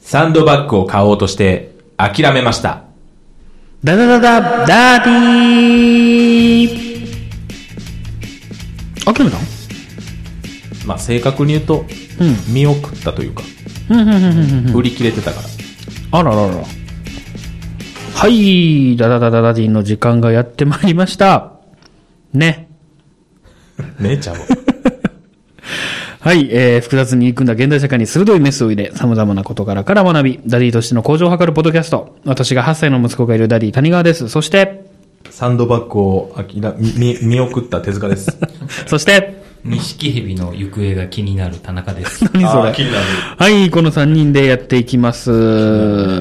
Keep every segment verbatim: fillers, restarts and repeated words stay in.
サンドバッグを買おうとして諦めました。 ダダダダダーディー。諦めたの？ まあ正確に言うと、うん、見送ったというか、 うんうんうんうんうん、 売り切れてたから。 あららら。はい、ダダダダダディの時間がやってまいりました。ね。 ねちゃう。 はい、えー、複雑に入り組んだ現代社会に鋭いメスを入れ、様々な事柄から学び、ダディとしての向上を図るポッドキャスト。私がはっさいの息子がいるダディ谷川です。そして、 サンドバッグをあきら見見送った手塚です。そして、 錦蛇の行方が気になる田中です。 何それ？気になる。はい、このさんにんでやっていきます。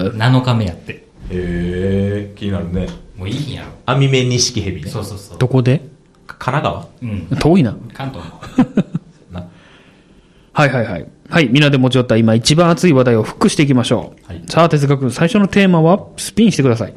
なのかめやって。 へえー、気になるね。 もういいんやろ。 網目錦蛇ね。 そうそうそう。 どこで？ 神奈川？ うん。遠いな。 関東の。 なはいはいはい。はい、みんなで持ち寄った今一番熱い話題をフックしていきましょう。はい、さあ、哲学君、最初のテーマはスピンしてください。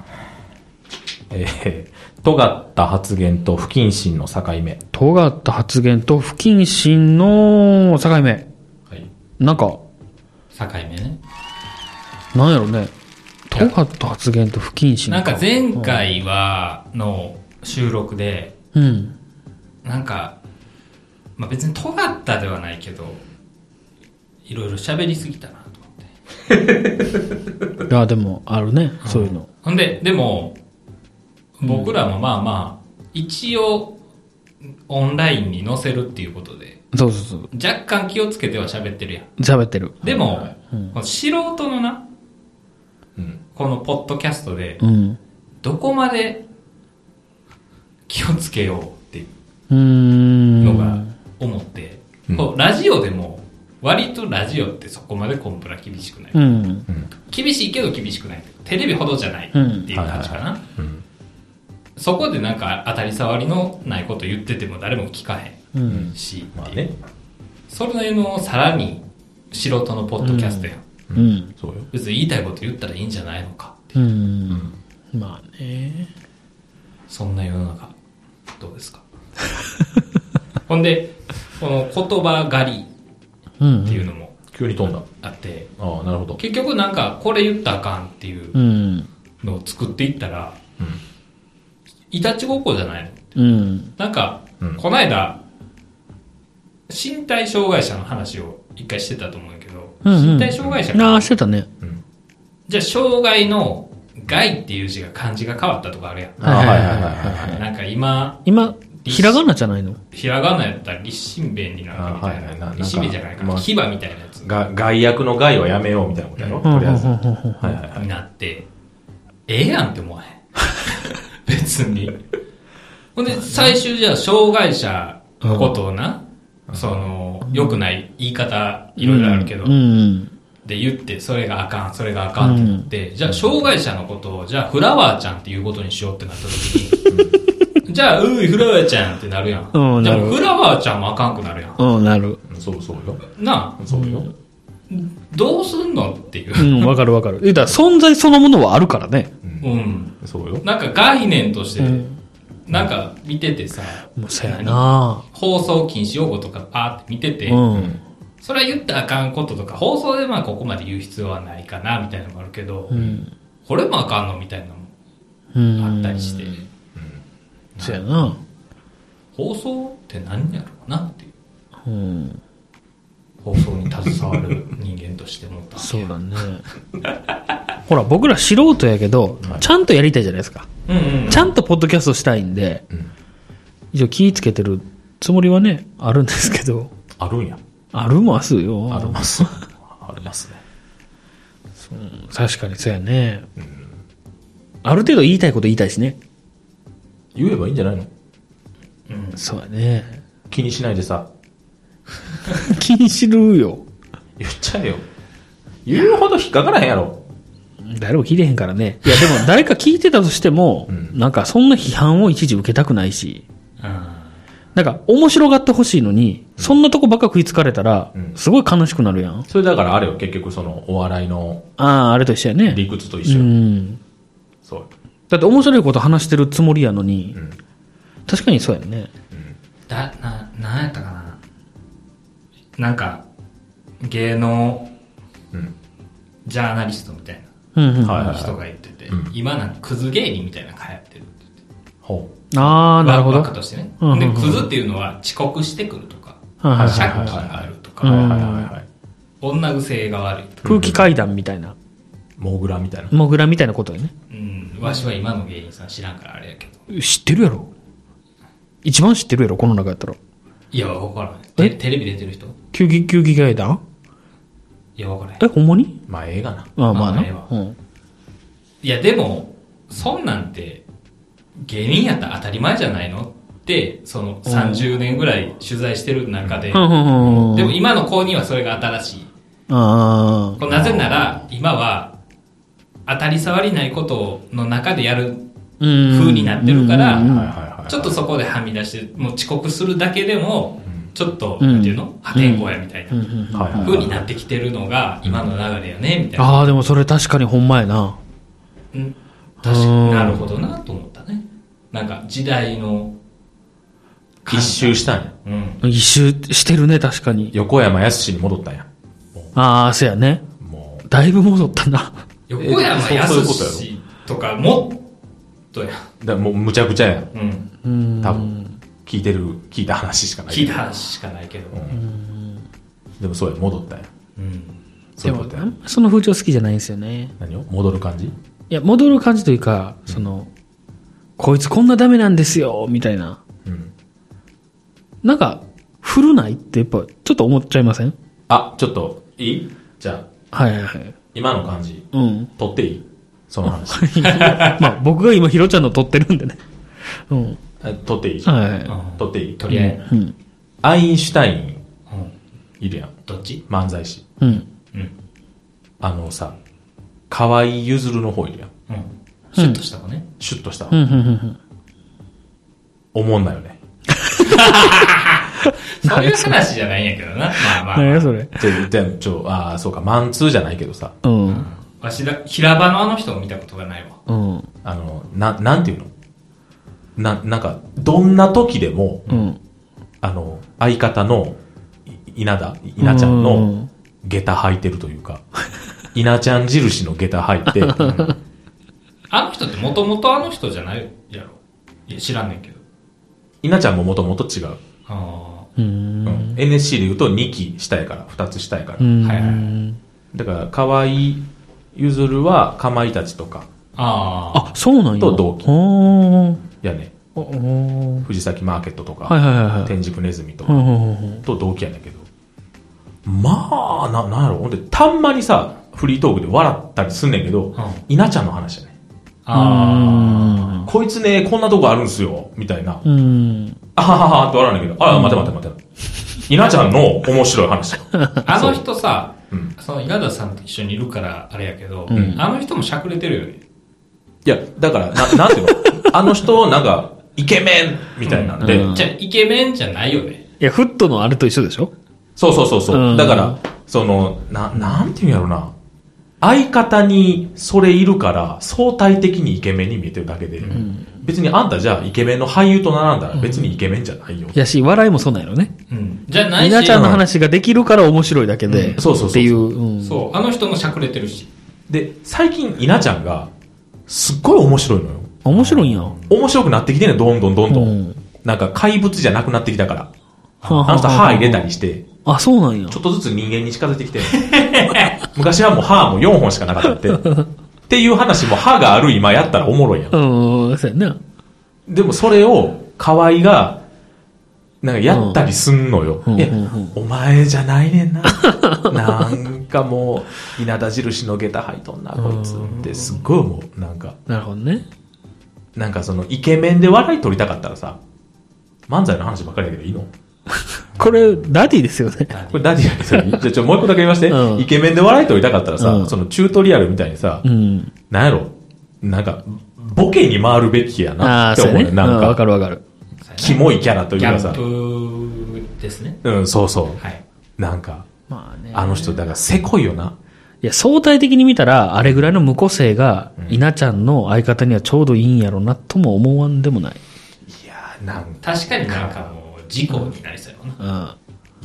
えー、尖った発言と不謹慎の境目。 尖った発言と不謹慎の境目。はい。なんか。境目ね。 なんやろね。尖った発言と不謹慎か。なんか前回は、の収録で、うん。なんか、まあ別に尖ったではないけど、いろいろ喋りすぎたなと思って。 いや、でも、あるね、そういうの。 ほんで、でも、僕らもまあまあ、一応、オンラインに載せるっていうことで、 そうそうそう。 若干気をつけては喋ってるやん。 喋ってる。 でも、うん、この素人のな、うん、このポッドキャストで、うん、どこまで気をつけようっていうのが思って、うん、こうラジオでも、割とラジオってそこまでコンプラ厳しくない、うん、厳しいけど厳しくない、テレビほどじゃないっていう感じかな、うん、そこでなんか当たり障りのないこと言ってても誰も聞かへんし、うん、まあね、それのいうのをさらに素人のポッドキャストやん、うんうん、そうよ、別に言いたいこと言ったらいいんじゃないのかっていう、うんうん、まあね、 そんな世の中どうですか？ほんでこの言葉狩りっていうのも急に飛んだあって、 ああなるほど、 結局なんかこれ言ったらあかんっていうのを作っていったら、うん、いたちごっこじゃないの、うん、なんか、うん、この間身体障害者の話を一回してたと思うんだけど、うんうん、身体障害者が、ああしてたね、うん、 じゃあ障害の害っていう字が漢字が変わったとかあるやん、 はいはいはいはい、 なんか今今ひらがなじゃないの？ ひらがなやったら立身弁になるかみたいな、はいはい、立身弁じゃないかな、牙みたいなやつが害悪の害はやめようみたいなことやろ、うん、とりあえず、はいはいはい、 になってええやんって思わへん別に。ほんで最終じゃあ障害者のことをな、うん、その良くない言い方いろいろあるけど、うんうん、で言ってそれがあかんそれがあかんって言って、うん、じゃあ障害者のことをじゃあフラワーちゃんっていうことにしようってなった時にじゃあ、うい、フラワーちゃんってなるやん。うん、でも、フラワーちゃんもあかんくなるやん。 うん、なる。 そうそうよ。 なあ。そうよ。 どうすんのっていう。 うん、わかるわかる。言うたら、存在そのものはあるからね。 うん。うん、そうよ。なんか概念として、うん、なんか見ててさ、 もうそうやな、 放送禁止用語とかパーって見てて、うん、それは言ったらあかんこととか、放送でまあここまで言う必要はないかな、みたいなのもあるけど、うん、これもあかんのみたいなのもあったりして、うん、 そうやな。 放送って何やろうなっていう、うん、放送に携わる人間として思ったそうだねほら僕ら素人やけど、はい、ちゃんとやりたいじゃないですか、うんうんうん、ちゃんとポッドキャストしたいんで、うん、一応気ぃつけてるつもりはねあるんですけど、 あるんや、 あるますよ、 ありますありますね、 そう、確かにそうやね、うん、ある程度言いたいこと言いたいしね、 言えばいいんじゃないの、 うん、そうやね、 気にしないでさ気にしるよ、 言っちゃえよ、言うほど引っかからへんやろ、 誰も聞いてへんからね。いやでも誰か聞いてたとしても、うん、なんかそんな批判をいちいち受けたくないし、うん、なんか面白がってほしいのに、うん、そんなとこばっか食いつかれたら、うん、すごい悲しくなるやん。 それだからあれよ、結局そのお笑いのあああれと一緒やね、 理屈と一緒、うん、 そうだって面白いこと話してるつもりやのに、うん、確かにそうやね、うん、 だななんやったかな、なんか芸能ジャーナリストみたいうんうん。 はいはいはいな人が言ってて、 うん今なんかクズ芸人みたいなのが流行ってるって言ってほああ、なるほど。 枠としてね。 うんうんうんで、クズっていうのは遅刻してくるとか、 はいはい借はい金があるとう。 か、 はいはいはいはい。 女癖が悪いとか。 空気階段みたいな。 モグラみたいな。 モグラみたいなことよね。 うん。わしは今の芸人さん知らんからあれやけど。 知ってるやろ。一番知ってるやろ、この中やったら。 いや、わからない。 えテテレビ出てる人球技、球技階段いや、わからない。 え、ほんまにまあ、映画な。 ああ、まあな。 まあええわうん。 いや、でも、そんなんて、芸人やったら当たり前じゃないのって、そのさんじゅうねんぐらい取材してる中で、 うんうんうんうんでも今の子にはそれが新しい。 ああ。 これなぜなら、今は、当たり障りないことの中でやる風になってるから、 うんうんうんはいはいはい。 ちょっとそこではみ出して、もう遅刻するだけでも、ちょっと、 うんなんていうの破天荒やみたいなうんうんうんはいはいはい風になってきてるのが、今の流れよね、みたいな。 ああ、でもそれ確かにほんまやな。 うん確かになるほどなと思ったね。なんか時代の一周したんや。 うん。 一周してるね、確かに。 横山やすしに戻ったんや。 ああ、そうやね。 もだいぶ戻ったな。 横山そうやそういうことやろすしとかもっとや。 う、だもうむちゃくちゃやん。 うん。 うん。 多分。聞いてる、聞いた話しかない。 聞いた話しかないけど。 でもそうや、戻ったんや。 うん。 でもそういうことや。、 その風潮好きじゃないんですよね。 何を戻る感じいや、戻る感じというか、その、こいつこんなダメなんですよ、みたいな。 うん。 なんか、古ないってやっぱ、ちょっと思っちゃいません？ あ、ちょっと、いいじゃあ、 はいはいはい。 今の感じ、 うん。 取っていいその話。 まあ、僕が今、ヒロちゃんの撮ってるんでね。うん。 あ取っていいはいはい。 取っていいとりあえず。 うん。 アインシュタインうん。 いるやん。 どっち漫才師。 うん。 うん。 あのさ、河合ゆずるの方いるやん。 うん。シュッとした子ね。 シュッとした。 うん、うん、うん。 おもんないよね。 そういう話じゃないんやけどな。まあまあ。 何やそれ。 じゃ、じゃ、ちょ、ああ、そうか、マンツーじゃないけどさ、 うん。 わしだ、平場のあの人を見たことがないわ。 うん。 あの、な、なんていうのな、なんか、どんな時でも、 うん。 あの、相方の、い稲田、稲ちゃんうのん、 下駄履いてるというか、稲ちゃん印の下駄履いて、 あの人ってもともとあの人じゃないやろ。いや、知らんねんけど。 稲ちゃんももともと違う。 あう。 うんん。エヌエスシー で言うとにき下やから、ふたつ下やから。 うん。 はいはいはだから、河合ゆずるは、かまいたちとか、 あ。ああ。 あ、そうなんや。 と同期おー。 やね、 おー。 藤崎マーケットとか、 はいはいはいはい。 天竺ネズミとか、 うんうんうんと同期やねんけど、まあ、な、なんやろ、ほんで、たんまにさ、フリートークで笑ったりすんねんけど、 うん稲ちゃんの話やね。 あこいつね、こんなとこあるんすよ、みたいな。 うん。うん。 あはははって笑うんだけど、あ、待て待て待て。稲ちゃんの面白い話よ。 あ。あの人さ、 うんその稲田さんと一緒にいるからあれやけど、 んあの人もしゃくれてるよね。 いや、だから、な、なんていうのあの人、なんか、イケメンみたいなんで、 うんじゃあ、イケメンじゃないよね。 いや、フットのあれと一緒でしょ？ そうそうそうそう。 うんだから、その、な、なんていうんやろな。相方にそれいるから、相対的にイケメンに見えてるだけで、別にあんたじゃあイケメンの俳優と並んだら別にイケメンじゃないよ。 やし、笑いもそうなんやろね。 うん。じゃないし、 稲ちゃんの話ができるから面白いだけで。 うんそうそうそうそうっていう。うん。 そう、あの人もしゃくれてるし。 で、最近稲ちゃんが、すっごい面白いのよ。 面白いんや。 面白くなってきてんねん、どんどんどんどん。 うんなんか怪物じゃなくなってきたから。 はあの人歯入れたりして、 あ、そうなんやちょ。っとずつ人間に近づいてきてんの昔はもう歯もよんほんしかなかったって。っていう話も歯がある今やったらおもろいやん。 うん、そうやな。 でもそれを河合が、なんかやったりすんのよ。 うんいやうんうんお前じゃないねんな。なんかもう、稲田印の下駄履いとんな、こいつってすっごい思う。なんか、 なるほどね。 なんかそのイケメンで笑い取りたかったらさ、漫才の話ばっかりだけどいいのこれ、ダディですよね。 これダディやけど、じゃあちょ、もう一個だけ言いまして、 うんイケメンで笑い取りたかったらさ、 うんそのチュートリアルみたいにさ、 うん。 なんやろ、なんか、ボケに回るべきやああ、 なって思うね。 そうやね。うんなんわかか、 るわかる。 キモいキャラというギャかさ、 ップですね。 うん、そうそう。 はい。 なんか、 まあね。 あの人、だから、せこいよな。 いや、相対的に見たら、あれぐらいの無個性が、稲ちゃんの相方にはちょうどいいんやろな、とも思わんでもない。 いやー、なん確かになんかもう、事故になりそうやもんな。 うん。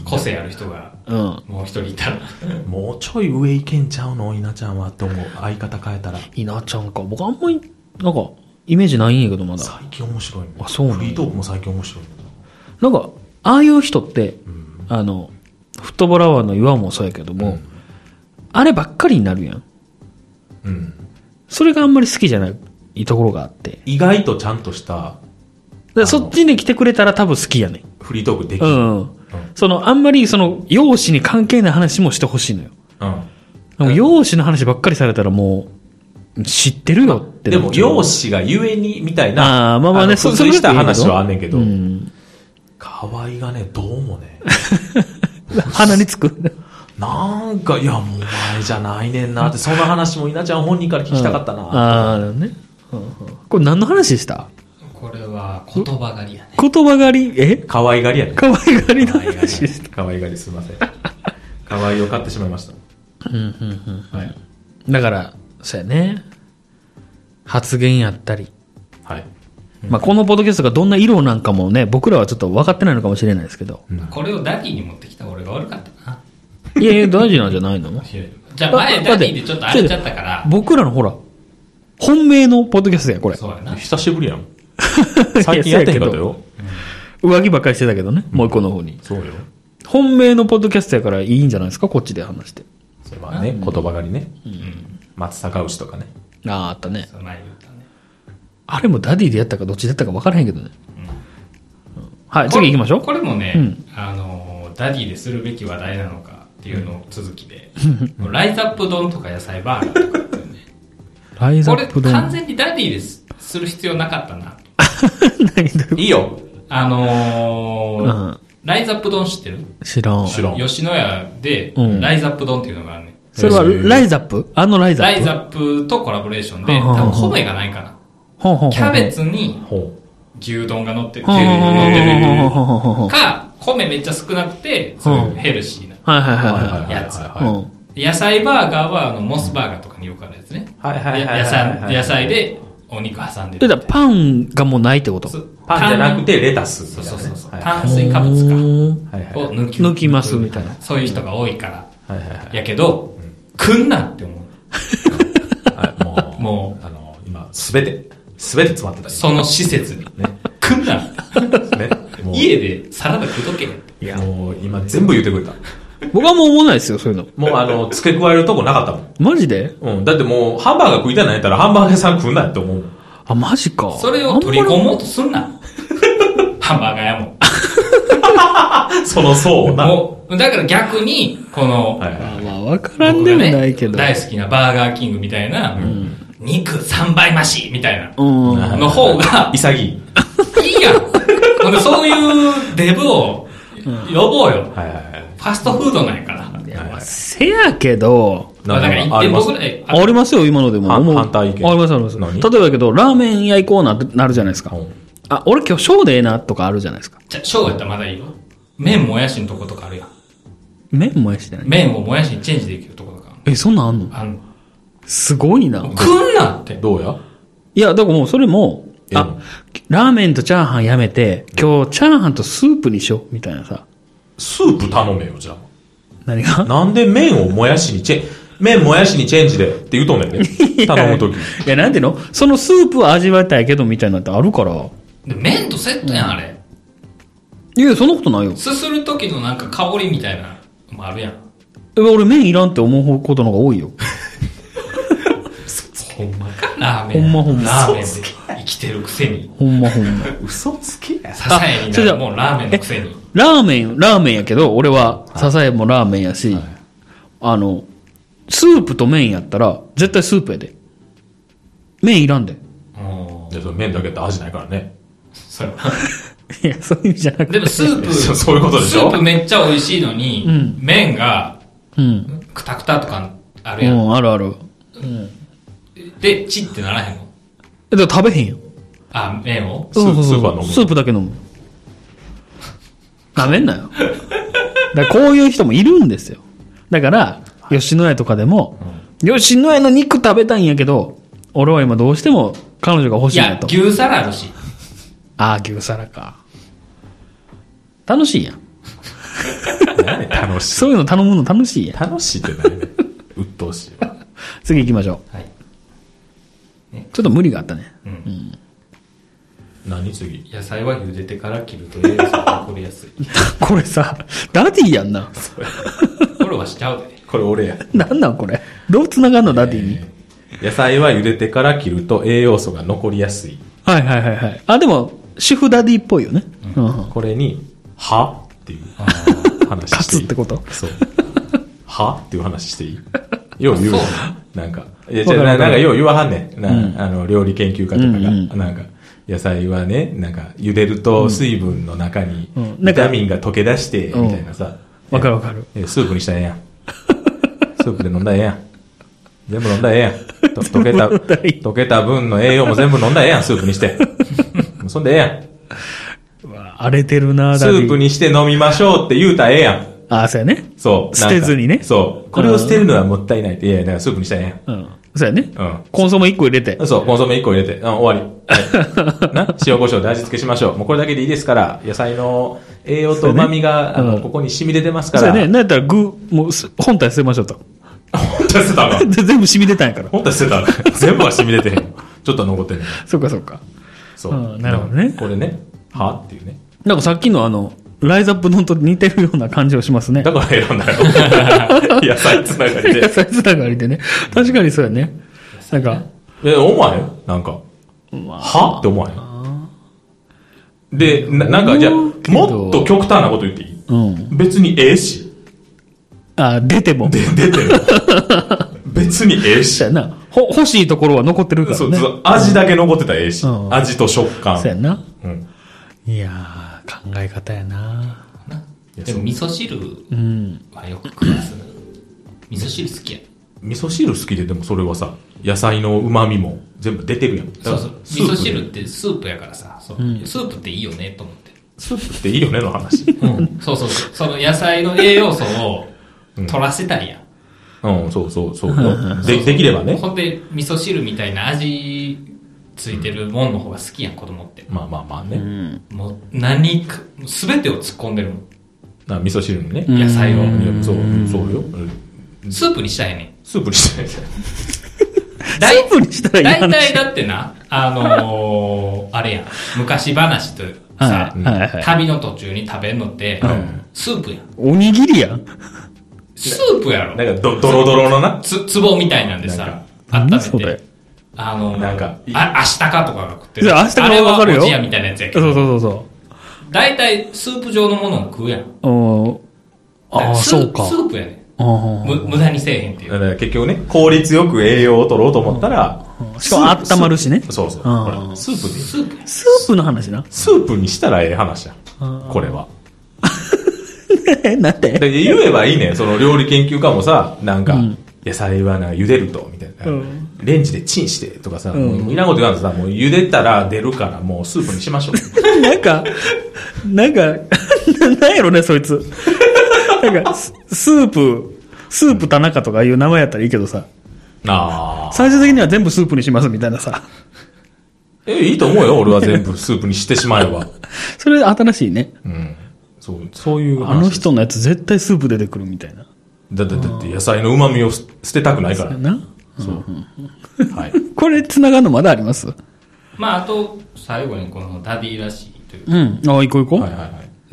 個性ある人が、もう一人いたら。 もうちょい上いけんちゃうの稲ちゃんはって思う。相方変えたら。 稲ちゃんか。僕あんまり、なんか、イメージないんやけど、まだ。 最近面白い、ね。 あ、そうね。 フリートークも最近面白い。 なんか、ああいう人って、うん、あの、フットボールアワーの岩もそうやけども、うん、あればっかりになるやん。うん。それがあんまり好きじゃないところがあって。 意外とちゃんとした。 でそっちに来てくれたら多分好きやねん。 フリートークできる。 うん。うん、その、あんまりその、容姿に関係ない話もしてほしいのよ。うん。でも容姿の話ばっかりされたらもう、知ってるよって。 でも、容姿がゆえに、みたいな。 ああ、まあまあね、 そういうした話はあんねんけど。 うん。 可愛いがね、どうもね。 鼻につくなんか、いや、もう前じゃないねんなって、その話も稲ちゃん本人から聞きたかったな。 うん、ああ、ね。これ何の話でした？ これは言葉狩りやね。 言葉狩りえ可愛がりやね。 可愛がりの話でした。 可愛がりすいません。可愛いを買ってしまいました。 うんうんうん。はい。だから、そうやね。発言やったり。 はい。 まあこのポッドキャストがどんな色なんかもね、僕らはちょっと分かってないのかもしれないですけど。 うん、これをダディに持ってきた俺が悪かったな。 いやいや、大事なんじゃないの？ じゃあ前ダディでちょっと荒れちゃったから。 僕らのほら、本命のポッドキャストや、これ。 そうやな。 久しぶりやん。最近やってへんかったよ。 上着ばっかりしてたけどね、うん、もう一個の方に。 そうよ。 本命のポッドキャストやからいいんじゃないですか、こっちで話して。 それはね、言葉狩りね。うん、松阪牛とかね。 ああ、あったね。 そう前言ったね。 あれもダディでやったかどっちでやったか分からへんけどね。うんうん、はい、次行きましょう。 これもね、うん、あの、ダディでするべき話題なのかっていうの続きで、ライズアップ丼とか野菜バーガーとかってね。 ライズアップ丼。 これ完全にダディですする必要なかったな。 いいよ。 あのーうん、ライズアップ丼知ってる？ 知らん。 知らん。 吉野家で、ライズアップ丼っていうのがあるね。 それはライズアップ？あのライズアップ？ ライズアップとコラボレーションで、多分米がないかな。 ほうほうほうキャベツに牛丼が乗ってる。牛丼が乗ってる。か、米めっちゃ少なくて、そういうヘルシーなやつ。野菜バーガーはあのモスバーガーとかによくあるやつね。 はいはいはい。 野菜、野菜でお肉挟んでる。だからパンがもうないってこと？ パンじゃなくてレタス。 そうそうそう。炭水化物か。を抜き抜きますみたいな。 そういう人が多いから。やけど、来んなって思う。 もう、もう、あの、今、すべて、すべて詰まってた。 その施設に。ね。来んな。ね。家でサラダ食うとけ。 いや、もう今全部言ってくれた。 僕はもう思わないですよ、そういうの。 もうあの、付け加えるとこなかったもん。 マジで？ うん。だってもう、ハンバーガー食いたいなんやったら、ハンバーガー屋さん食うなって思う。 あ、マジか。 それを取り込もうとすんな。ハンバーガー屋も。 その層をな。 もう、だから逆に、この、 はいはい、まあ、わからんでもないけど、 ね。大好きなバーガーキングみたいな、うん、肉さんばい増しみたいな、の方が、 潔い。 いいやん。そういうデブを呼ぼうよ。はいはいはい、ファストフードなんやから。 いや、まあ、せやけど、 だからいってんごぐらい。 ありますよ、今のでも。 反対意見。 ありますあります。例えばけど、ラーメン屋行こうなってなるじゃないですか。うん、あ、俺今日ショーでええなとかあるじゃないですか。 じゃ、ショーやったらまだいいよ。麺もやしのとことかあるやん。 麺もやしじゃない？ 麺をもやしにチェンジできるとことか。 え、そんなんあんの？ あんの。 すごいな。 来んなって。 どうや？ いや、だからもうそれも、あ、ラーメンとチャーハンやめて、今日チャーハンとスープにしよう、みたいなさ。 スープ頼めよ、じゃあ。 何が？ なんで麺をもやしにチェン、麺もやしにチェンジでって言うとんねんね。頼むとき。 いや、なんていうの？そのスープは味わいたいけど、みたいなってあるから。 で麺とセットやん、あれ。 いや、そんなことないよ。 すするときのなんか香りみたいなのもあるやん。 俺麺いらんって思うことの方が多いよ。 ほんまかラーメン。 ほんまほんま。 ラーメンで生きてるくせに。 ほんまほんま。 嘘つけや。 ささやになるもうラーメンのくせに。 ラーメン、ラーメンやけど、俺はささやもラーメンやし、はい、あの、スープと麺やったら、絶対スープやで。麺いらんで。 いや、それ麺だけって味ないからね。 そうやな。 いや、そういう意味じゃなくて。 でもスープ、 そういうことでしょ？ スープめっちゃ美味しいのに、うん、麺が、 うん。 くたくたとかあるやん。 うん、あるある。うん。 で、チってならへんの？ え、だから食べへんよ。 あ、麺を？ そうそうそう。 スープは飲む。 スープだけ飲む。なめんなよ。だからこういう人もいるんですよ。だから、吉野家とかでも、うん、吉野家の肉食べたいんやけど、俺は今どうしても彼女が欲しいなと。 いや、牛皿あるし。 ああ、牛皿か。楽しいやん。 何楽しい。 そういうの頼むの楽しいやん。 楽しいって何ね。鬱陶しいわ。 次行きましょう。 はい。 ね、ちょっと無理があったね。 うん。うん、 何次？ 野菜は茹でてから切ると栄養素が残りやすい。 これさ、ダディやんな。 これはしちゃうで。 これ俺や。 なんなんこれ。どう繋がんのダディに、 えー。野菜は茹でてから切ると栄養素が残りやすい。 はいはいはいはい。あ、でも、主婦ダディっぽいよね。 うんうん、これに、はっていう話していい。 カツってこと？ そう。はっていう話していい？よう言う。なんか、いや、じゃなんかよう言わはんねん。な、うん、あの、料理研究家とかが、うんうん、なんか、野菜はね、なんか、茹でると水分の中に、ビタミンが溶け出して、みたいなさ。 わ、うん、かるわかる。 スープにしたらええやん。スープで飲んだらええやん。全部飲んだらええやん。溶けた、溶けた分の栄養も全部飲んだらええやん、スープにして。そんでええやん。 荒れてるな、 ダディ。スープにして飲みましょうって言うたらええやん。 ああ、そうやね。 そう。 捨てずにね。 そう。これを捨てるのはもったいないって。いやいや、だからスープにしたらええやん。 うん。そうやね。 うん。 コンソメいっこ入れて。 そう、コンソメいっこ入れて。うん、終わり。はい。な、塩コショウで味付けしましょう。もうこれだけでいいですから、野菜の栄養と旨味が、ね、あの、うん、ここに染み出てますから。 そうやね。なんやったら具、もう、本体捨てましょうと。 本体捨てたか全部染み出たんやから。 本体捨てた全部は染み出てへん。ちょっと残ってんねん。 そっかそっか。 そう。 うん、なるほどね。 これね、はっていうね。 なんかさっきのあの、ライズアップ丼と似てるような感じをしますね。 だから選んだよ。野菜つながりで。 野菜つながりでね。確かにそうやね。なんか。 え、思わへんなんか。まあ、はって思わへんで、な、なんか、じゃあ、もっと極端なこと言っていい？うん。別にええし。 あ、出ても。 で、出ても。別にええし。 そうやな。ほ、欲しいところは残ってるからね。 そう、そう、味だけ残ってたらええし。うん、味と食感。 そうやな。うん。いやー、考え方やな。 でも味噌汁はよく食います、ね。味噌汁好きや。 味噌汁好きで、でもそれはさ、野菜の旨味も全部出てるやん。 そうそう。味噌汁ってスープやからさ、そう、うん、スープっていいよねと思って。 スープっていいよねの話。 うん。そうそうそう。その野菜の栄養素を取らせたいやん。 うん、うん、そうそうそう。で、できればね。 ほんで、味噌汁みたいな味ついてるもんの方が好きやん、子供って。 まあまあまあね。うん、 もう何か、すべてを突っ込んでるもん。 あ、味噌汁にね。 野菜を。 そう、そうよ。 スープにしたいね。 スープにしたいね。 スープにしたらいい話。 大体だってな、あのー、あれやん。昔話とさ、はいはいはい、旅の途中に食べんのって、うん、スープやん。 おにぎりやん。 スープやろ。 なんかド、ドロドロのな。 つ、壺みたいなんでさ、温めて。あのー、なんか、あ、明日かとかが食ってる。 いや、明日かはわかるよ。 おじやみたいなやつやけど。 そうそうそうそう。 大体、スープ状のものを食うやん。 うん。ああ、そうか。 スープやねん。む無駄にせえへんっていう。 だから結局ね、効率よく栄養を取ろうと思ったら、 うん、しかも温まるしね。 そうそう。ほら、スープで。 スープスープの話な。 スープにしたらええ話や。これは。 なんで言えばいいねん。その料理研究家もさ、なんか、うん、野菜はなんか茹でると、みたいな。うん、レンジでチンしてとかさ、うん、もういらんこと言わんとさ、もう茹でたら出るからもうスープにしましょう。 なんか、なんか、なんやろね、そいつ。なんか、スープ、スープ田中とかいう名前やったらいいけどさ。 ああ。 最終的には全部スープにしますみたいなさ。 え、いいと思うよ。俺は全部スープにしてしまえば。 それ新しいね。 うん。そう、そういう話。 あの人のやつ絶対スープ出てくるみたいな。 だってだって野菜の旨味を捨てたくないから。そうな。 そう。 うん、はい。これ繋がるのまだあります？ まあ、あと、最後にこのダディらしいというか。うん。ああ、行こう行こう。 はいはいはい。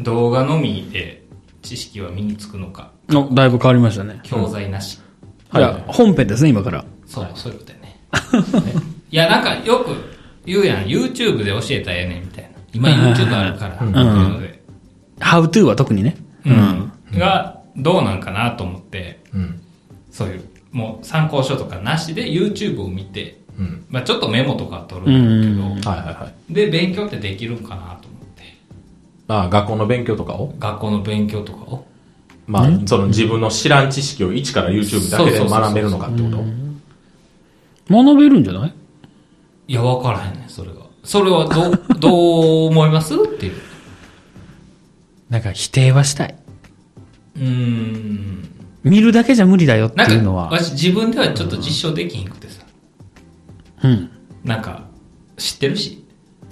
動画のみで知識は身につくのか。 の、だいぶ変わりましたね。 教材なし。 うん、はい、はい。本編ですね、今から。 そう、そういうことやね。ねいや、なんかよく言うやん。YouTube で教えたらええねんみたいな。今 YouTube あるから。うん。ので。 How to は特にね。 うん。うん、が、どうなんかなと思って、うん、そういう、もう参考書とかなしで YouTube を見て、うん、まあちょっとメモとか取るんだけど、はいはいはい。で、勉強ってできるんかなと思って。 ああ、学校の勉強とかを学校の勉強とかをまあ、その自分の知らん知識を一から YouTube だけで学べるのかってこと学べるんじゃない？ いや、わからへんねそれが。それはどう、どう思いますっていう。 なんか否定はしたい。 うーん。 見るだけじゃ無理だよっていうのは。 なんか私自分ではちょっと実証できひんくてさ。 うん。 なんか、知ってるし。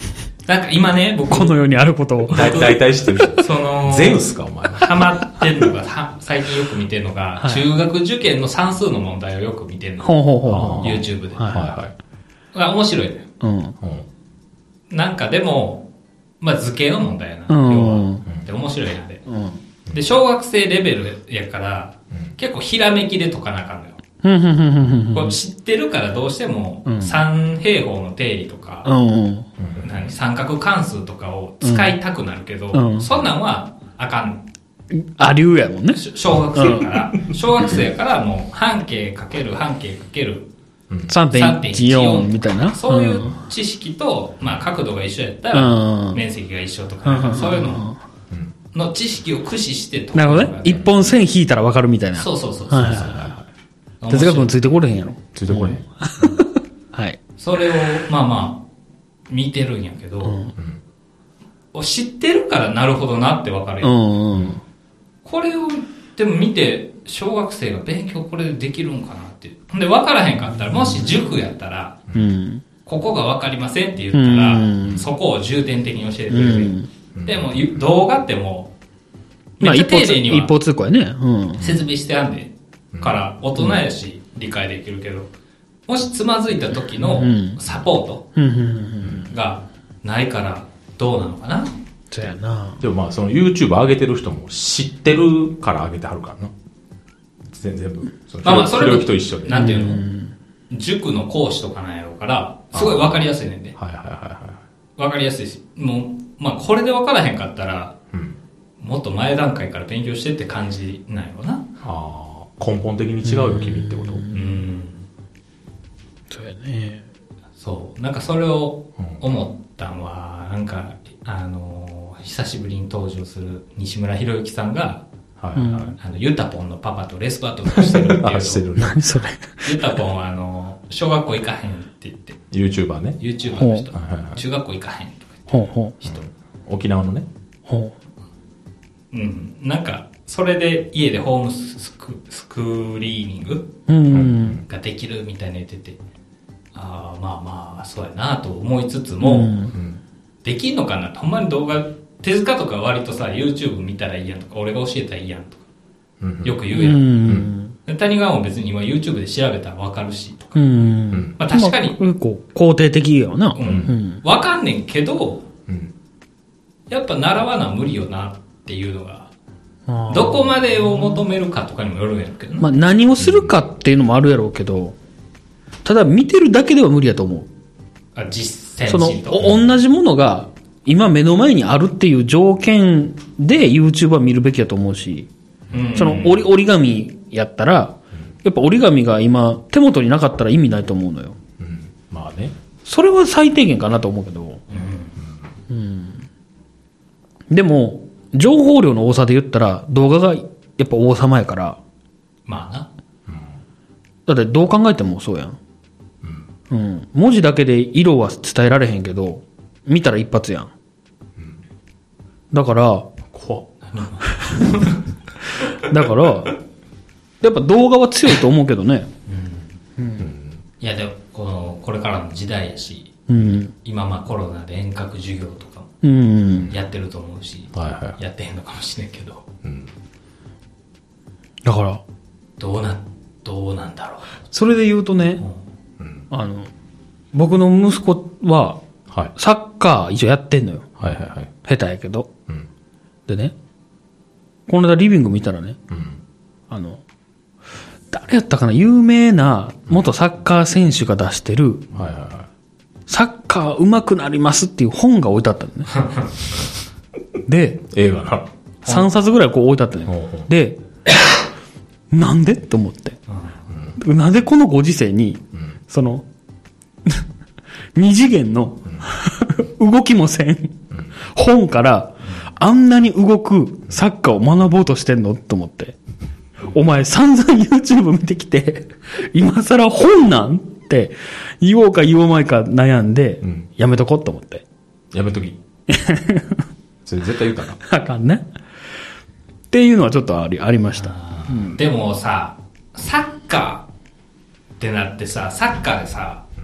なんか今ね、僕。 この世にあることを。 だ大体知ってる人。 その、 ゼウスか、お前。 ハマってるのが、は最近よく見てるのが、はい、中学受験の算数の問題をよく見てるの。 ほうほうほう。 YouTube で。 はいはいはい。面白いね。 うん。 なんかでも、まあ図形の問題やな。 うん。 要は。で、面白いやで。うん。で、小学生レベルやから、うん、結構ひらめきで解かなあかんのよ。これ知ってるからどうしても三平方の定理とか、うん、何三角関数とかを使いたくなるけど、うん、そんなんはあかん。 ありゅうやもんね。 小学生から、うん、小学生からもう半径かける半径かけるさんてんいちよん みたいな。 そういう知識と、まあ角度が一緒やったら面積が一緒とか、そういうのの知識を駆使して解く。 なるほどね。一本線引いたらわかるみたいな。 そうそうそうそう。はいはいはい、 哲学もついてこれへんやろ。 ついてこれへん。 はい。 それを、まあまあ、見てるんやけど、うん、知ってるからなるほどなってわかるよ、うんうん。これを、でも見て、小学生が勉強これでできるんかなっていう。で、わからへんかったら、もし塾やったら、うん、ここがわかりませんって言ったら、うん、そこを重点的に教えてくれる。うんでも、動画ってもう、めっちゃ丁寧には、 一方通行やね。 うん。説明してあんで、から、大人やし、理解できるけど、もしつまずいた時のサポートがないから、どうなのかな。 そうやな。 でもまあ、その YouTube 上げてる人も知ってるから上げてはるからな。全部。 まあまあ、それと一緒で。 なんていうの、塾の講師とかなんやろうから、すごいわかりやすいねんで。 はいはいはいはい。 わかりやすいし、もう、まあこれで分からへんかったら、うん、もっと前段階から勉強してって感じなんやろな。 ああ、根本的に違うよ、君ってこと。うん。 そうやね。 そう。なんかそれを思ったんは、なんか、あのー、久しぶりに登場する西村博之さんが、はいはい、あの、ユタポンのパパとレスバトルをしてるっていう。あ、 してる。何それ。 ユタポンはあの、小学校行かへんって言って。 YouTuber ね。 YouTuber の人。はいはいはい、中学校行かへんとか言って。ほうほう人。 沖縄のね。 ほう。うん。なんか、それで家でホームスクスクリーニング、うん、ができるみたいな言ってて、ああ、まあまあ、そうやなと思いつつも、うん、できんのかなほんまに動画、手塚とか割とさ、YouTube 見たらいいやんとか、俺が教えたらいいやんとか、うん、よく言うやん。うんうん、谷川も別に今 YouTube で調べたらわかるしとか。うん、まあ確かに。 まあ、結構肯定的よな。 うん。わ、うん、かんねんけど、うん、やっぱ習わな無理よなっていうのが、どこまでを求めるかとかにもよるんやろうけどな。 まあ何をするかっていうのもあるやろうけど、ただ見てるだけでは無理やと思う。 あ、実践その、同じものが今目の前にあるっていう条件で YouTube は見るべきやと思うし、うんうん、その折り、折り紙やったら、やっぱ折り紙が今手元になかったら意味ないと思うのよ。 うん、まあね。 それは最低限かなと思うけど。うんうん、でも、情報量の多さで言ったら動画がやっぱ王様やから。 まあな。 うん、だってどう考えてもそうやん。うん。うん、文字だけで色は伝えられへんけど、見たら一発やん。うん、だから、 怖っ。 だから、やっぱ動画は強いと思うけどね。 うん。うん、いやでも、この、これからの時代やし、うん、今まあコロナで遠隔授業とかもやってると思うし、うん、やってへんのかもしれんけど。うん、 だから、 どうな、どうなんだろう。 それで言うとね、うん、あの、僕の息子は、はい、サッカー一応やってんのよ。 はいはいはい。 下手やけど。うん、でね、この間リビング見たらね、うん、あの、誰やったかな、有名な元サッカー選手が出してる、うん、はいはいはい、サッカー上手くなりますっていう本が置いてあったのね。で、 映画な。 さんさつぐらいこう置いてあったのよ。で、なんでと思って、うん。なんでこのご時世に、うん、その、二次元の動きもせん、うん、本から、あんなに動くサッカーを学ぼうとしてんのと思って。お前散々 YouTube 見てきて、今更本なんって言おうか言おうまいか悩んで、うん、やめとこうと思って。 やめとき。それ絶対言うたな。 あかんね。っていうのはちょっとあり、ありました。 うん、でもさ、サッカーってなってさ、サッカーでさ、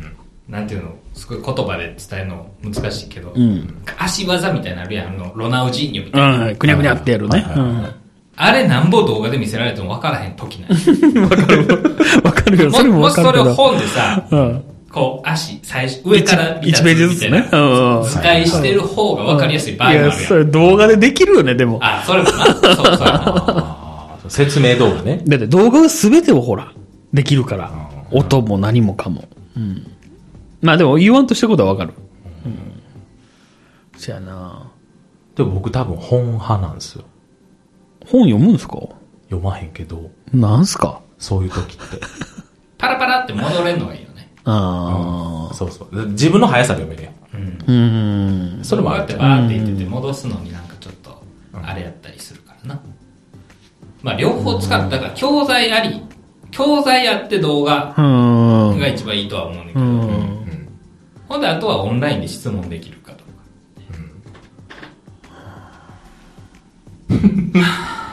なんていうの、すごい言葉で伝えるの難しいけど、うん、足技みたいなのあるやん、あの、ロナウジーニョみたいな。 うん、くにゃくにゃってやるね。うん、 あれなんぼ動画で見せられても分からへん時ない。 わかる。わかるよ。それももし分かるけど。 それを本でさ、うん、こう、足、最初、上から見た図みたいな。いちページずつね。うん。図解してる方が分かりやすい場合もあるやん。いや、 それ動画でできるよね、でも。 あ、それもな。そうそう。 説明動画ね。 だって動画は全てをほら、できるから。音も何もかも。うん。まあでも言わんとしたことは分かる。うん。そやな。 でも僕多分本派なんですよ。 本読むんすか？ 読まへんけど。 なんすか？ そういう時って。 パラパラって戻れるのがいいよね。 ああ、うん。そうそう。自分の速さで読めるやん。うん。うん。それもあってバーって言ってて戻すのになんかちょっと、あれやったりするからな。まあ両方使ったから教材あり、教材あって動画が一番いいとは思うんだけど。うん。ほんであとはオンラインで質問できるかとか。 うん。い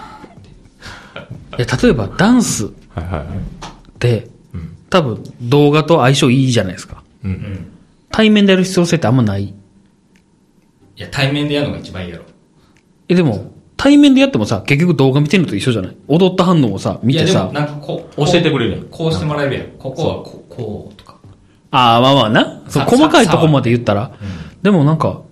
や例えばダンスで、多分動画と相性いいじゃないですか。うんうん、対面でやる必要性ってあんまない。 いや対面でやるのが一番いいやろ。 えでも対面でやってもさ結局動画見てるのと一緒じゃない？踊った反応をさ見てさ。いやでもなんかこう教えてくれるやん。 こうしてもらえるやん。ここはこうこうとか。 ああまあまあな。そう細かいとこまで言ったら、うん、でもなんか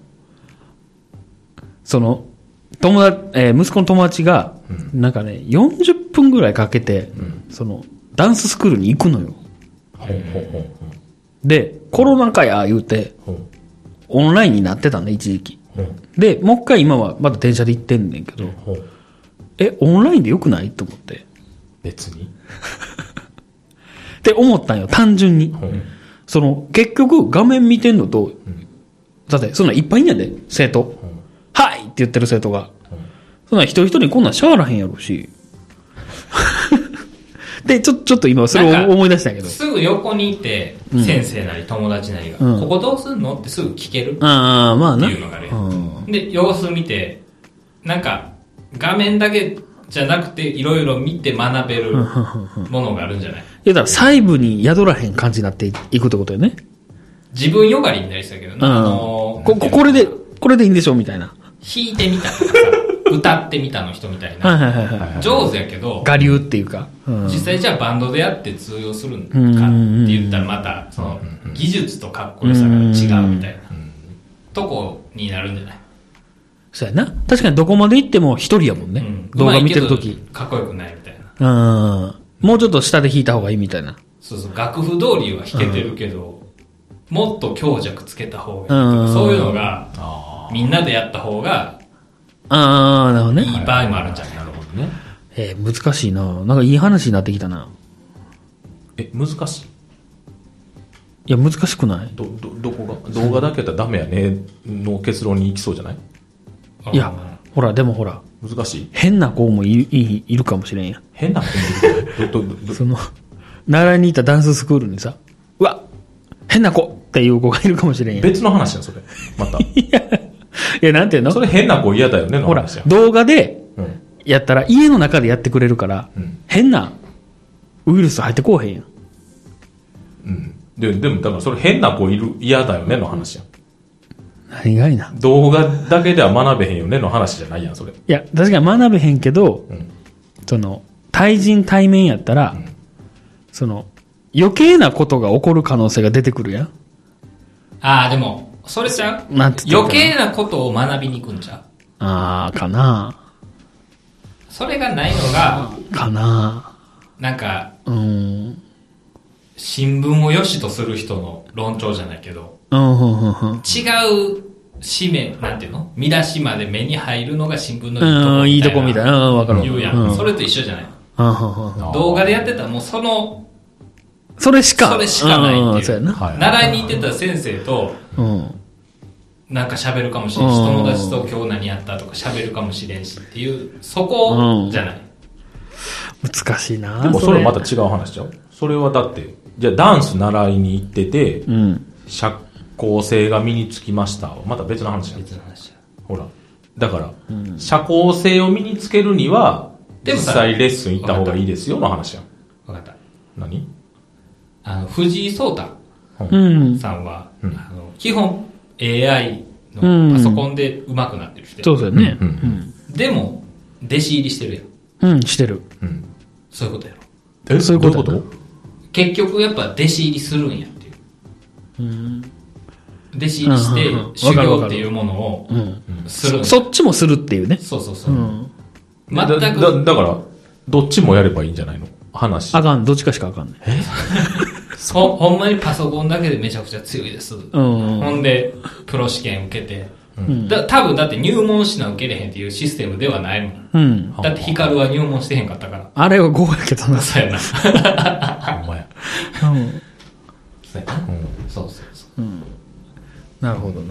その友達、えー、息子の友達が、うん、なんかねよんじゅっぷんぐらいかけて、うん、そのダンススクールに行くのよ。でコロナ禍や言うてオンラインになってたんだ一時期。でもう一回今はまだ電車で行ってんねんけど、えオンラインでよくないと思って。 別にって思ったんよ単純に。その結局画面見てんのと、だってそんなんいっぱいいんやで生徒、はいって言ってる生徒が、そんなん一人一人にこんなんしゃあらへんやろしでちょちょっと今それを思い出したけど、 すぐ横にいて、うん、先生なり友達なりが、うん、ここどうすんのってすぐ聞けるああまあなっていうのがあるやん、うん、で様子見てなんか画面だけじゃなくていろいろ見て学べるものがあるんじゃない？いやだから細部に宿らへん感じになっていくってことよね。 自分よがりになりしたけどな、あのー、 ここれでこれでいいんでしょみたいな。 弾いてみたとかさ歌ってみたの人みたいな、はいはいはいはい、上手やけど我流っていうか、 うん、実際じゃあバンドでやって通用するんかって言ったらまたその技術とかっこよさが違うみたいなとこになるんじゃない？ そうやな。確かにどこまで行っても一人やもんね、うん、動画見てるときかっこよくないみたいな、 うん、もうちょっと下で弾いた方がいいみたいな。 そうそう楽譜通りは弾けてるけど、うん、もっと強弱つけた方がいいとか、うん、そういうのがみんなでやった方がああなるほどね、 いい場合もあるんじゃない？ なるほどね。 えー、難しいな。なんかいい話になってきたな。 え難しい？ いや難しくない？ どどどこが動画だけやったらダメやねの結論に行きそうじゃない？ いやほらでもほら難しい。 変な子もい い, いるかもしれんや。 変な子もいるどどどその習いに行ったダンススクールにさ、うわ変な子っていう子がいるかもしれんや。 別の話やそれまた。 いやいやなんていうの？ それ変な子嫌だよねの話や。 ほら動画でやったら家の中でやってくれるから、うん、変なウイルス入ってこうへんやん。 うん。ででもだからそれ変な子いる嫌だよねの話やん。 何がいな。 動画だけでは学べへんよねの話じゃないやんそれ。いや確かに学べへんけど、うん、その対人対面やったら、うん、その余計なことが起こる可能性が出てくるやん。 ああでもそれちゃう？余計なことを学びに行くんちゃう？ ああかな。 それがないのがかな。 なんかうん新聞を良しとする人の論調じゃないけど、うん、違う紙面なんていうの見出しまで目に入るのが新聞のいいとこみたいな、うん、いいとこみたいな、うん、分かる言うやん、うん、それと一緒じゃない、うん、動画でやってたらもうそのそれしかそれしかないっていう、うん、習いに行ってた先生と、うん、なんか喋るかもしれんし、友達と今日何やったとか喋るかもしれんしっていうそこじゃない、 うん、難しいな。 でもそれまた違う話ちゃう？それはだってじゃあダンス習いに行ってて、うん、社交性が身につきましたまた別の話や。別の話や。ほらだから、うん、社交性を身につけるには実際レッスン行った方がいいですよの話やん。 分かった。 何？ あの藤井聡太さんは、うん、あの基本 エーアイ のパソコンで上手くなってる人、 そうですよね、うんうん、でも弟子入りしてるやん。うん、してる、 うん、そういうことやろ。 え、そういうこと？ 結局やっぱ弟子入りするんやっていう、うん、弟子入りして修行っていうものをする、 うん、そ, そっちもするっていうね。 そうそうそう、うん、 全く だ, だ, だからどっちもやればいいんじゃないの話。 あかん、どっちかしかあかんねん。 えほ, ほんまにパソコンだけでめちゃくちゃ強いです、うん、ほんでプロ試験受けて、うん、だ多分だって入門しな受けれへんっていうシステムではないもん、うん、だってヒカルは入門してへんかったから。 あれはごやけどな。 そうやなほんまや、うん、 そうやな、うん、そうそうそう、うん、 なるほどな。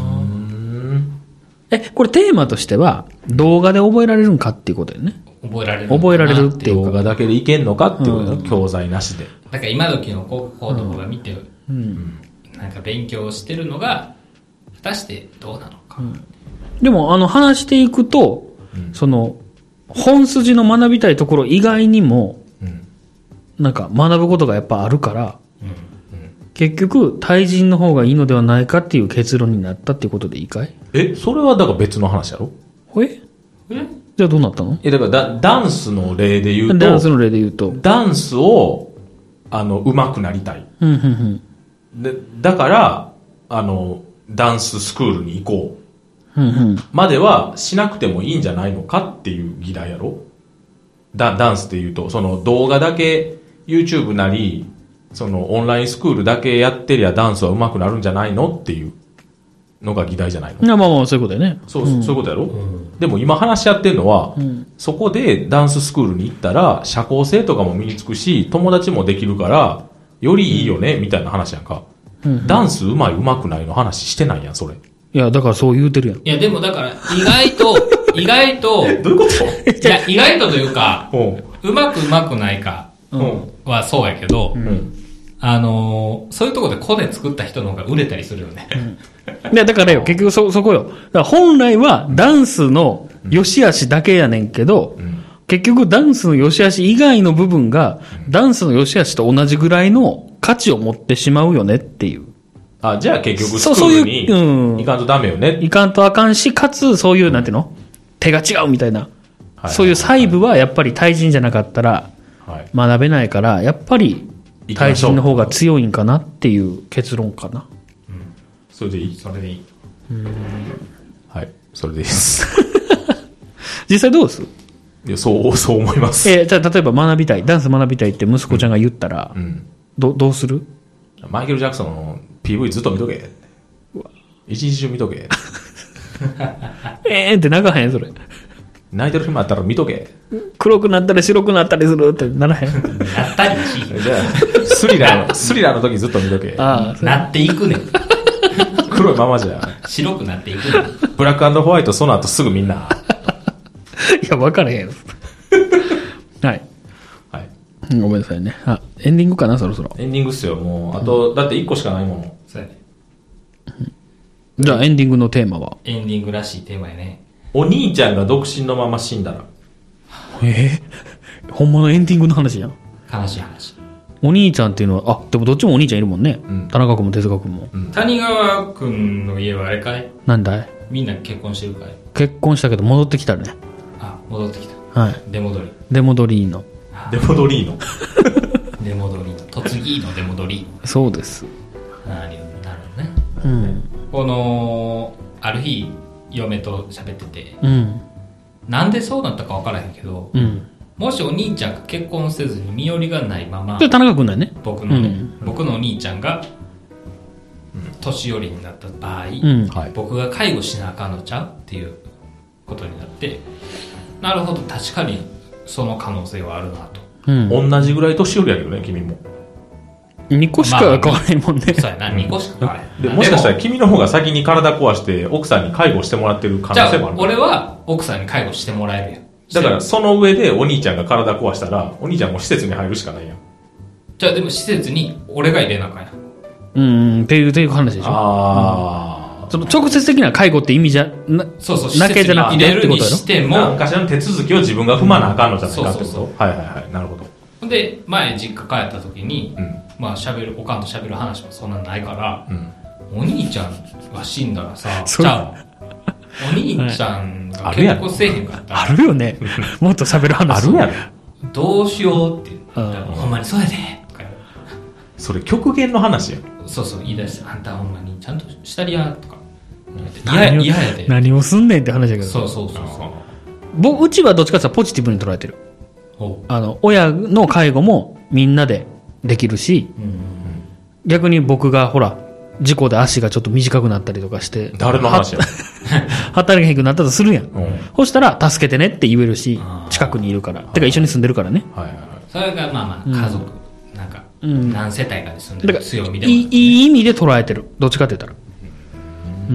え、これテーマとしては動画で覚えられるんかっていうことだよね。 覚えられる覚えられるっていうか、 動画だけでいけんのかっていうことだ、うん、教材なしで。 だから今時の高校とかが見て、うん、なんか勉強してるのが果たしてどうなのか、うん、 でもあの話していくと、うん、その本筋の学びたいところ以外にも、うん、なんか学ぶことがやっぱあるから、うんうん、結局対人の方がいいのではないかっていう結論になったっていうことでいいかい？ え、それはだから別の話やろ？ ええじゃあどうなったの？ え、だからダ、ダンスの例で言うと、 ダンスの例で言うと、 ダンスを、あの、上手くなりたい。 うんうんうん、 で、だから、あの、ダンススクールに行こう。うんうん、 まではしなくてもいいんじゃないのかっていう議題やろ？ダ、ダンスって言うと、その動画だけ、YouTube なり、そのオンラインスクールだけやってりゃダンスは上手くなるんじゃないのっていうのが議題じゃないの？ いや、まあまあ、そういうことだよね。 そう、うん、そういうことやろ、うん、でも今話し合ってるのは、うん、そこでダンススクールに行ったら、社交性とかも身につくし、友達もできるから、よりいいよね、みたいな話やんか。うんうん、ダンス上手い上手くないの話してないやん、それ。 いや、だからそう言うてるやん。 いや、でもだから、意外と、意外と、 どういうこといや、意外とというか、うまくうまくないかはそうやけど、うんうん、あのー、そういうところでコネ作った人の方が売れたりするよね。 うん、でだからよ、結局そ、そこよ。だから本来はダンスの良し悪しだけやねんけど、うん、結局ダンスの良し悪し以外の部分が、うん、ダンスの良し悪しと同じぐらいの価値を持ってしまうよねっていう。 あ、じゃあ結局スクールに行かんとダメよね。 行かんとあかんし、かつそういう、なんていうの手が違うみたいな。そういう細部はやっぱり対人じゃなかったら学べないから、やっぱり対人の方が強いんかなっていう結論かな。 うん、それでいい？ それでいい。 うん、はい、それでいいです。 実際どうです？ いや、そう、そう思います。 えー、じゃあ例えば学びたい、ダンス学びたいって息子ちゃんが言ったら、うん、ど, どうする？ マイケル・ジャクソンの ピーブイ ずっと見とけ。一日中見とけ。 えーんって泣かへんそれ。 泣いてる暇あったら見とけ。 黒くなったり白くなったりするってならへん。 なったりし。 じゃあ、スリラーの、スリラーの時ずっと見とけ。 ああ、なっていくねん。 黒いままじゃ。 白くなっていくねん。 ブラック&ホワイトその後すぐみんな。 いや、分からへん。はい。はい。ごめんなさいね。あ、エンディングかな、そろそろ。 エンディングっすよ、もう。あと、うん、だっていっこしかないもの。そうやね。 じゃあエンディングのテーマは？ エンディングらしいテーマやね。 お兄ちゃんが独身のまま死んだら。 えー、ほんまのエンディングの話やん。 悲しい話。 お兄ちゃんっていうのは、あ、でもどっちもお兄ちゃんいるもんね。うん、田中君も手塚君も、 うん。谷川君の家はあれかい？ なんだい？ みんな結婚してるかい？ 結婚したけど戻ってきたね。 あ、戻ってきた。はい。出戻り。 出戻りの。 出戻りの。 出戻りの。嫁ぎの出戻り。 そうです。 なるほどね。うん。この、ある日、嫁と喋ってて、うん、なんでそうなったか分からへんけど、うん、もしお兄ちゃんが結婚せずに身寄りがないまま、 で田中君だよね。 僕のね、うん、僕のお兄ちゃんが年寄りになった場合、うん、僕が介護しなあかんのちゃうっていうことになって、なるほど、確かにその可能性はあるなと。 うん、同じぐらい年寄りやけどね、君も。 にこしか変わらないもんね。 そうやな、にこしか変わらない。 で、もしかしたら君の方が先に体壊して奥さんに介護してもらってる可能性もある。 じゃあ、俺は奥さんに介護してもらえるやん。 だからその上でお兄ちゃんが体壊したら、お兄ちゃんも施設に入るしかないやん。 じゃあでも施設に俺が入れなあかんやん。 うーん、っていう、っていう話でしょ。ああ、うん。その直接的な介護って意味じゃ、な、 そうそう、 なけじゃなくて入れるにしても、 何かしらの手続きを自分が踏まなあかんのじゃないかってこと。そうそうそう。はいはいはい。なるほど。 でで、前実家帰った時に、 うん、 まあ喋る、おかんと喋る話もそんなないから、うん、お兄ちゃんが死んだらさ、じゃあ、お兄ちゃんが結婚せえへんかったら。 あるよね。もっと喋る話。 あるやろ。 どうしようって言ったら、ほんまにそうやでとか。 それ極限の話や。 そうそう、言い出して、あんたほんまにちゃんとしたりや、とか。嫌や、嫌やで。 何をすんねんって話だけど。 そうそうそうそう。 僕、うちはどっちかっていうとポジティブに捉えてる。あの、親の介護もみんなでできるし、うんうんうん、逆に僕がほら、事故で足がちょっと短くなったりとかして、 誰の話や働けへんくなったとするやん。うん、そしたら、助けてねって言えるし、近くにいるから。てか一緒に住んでるからね。 はいはいはい。それがまあまあ、家族、うん、なんか、うん、何世帯かで住んでる強みでも、 ね、いい。いい意味で捉えてる。どっちかって言ったら。 うんうん、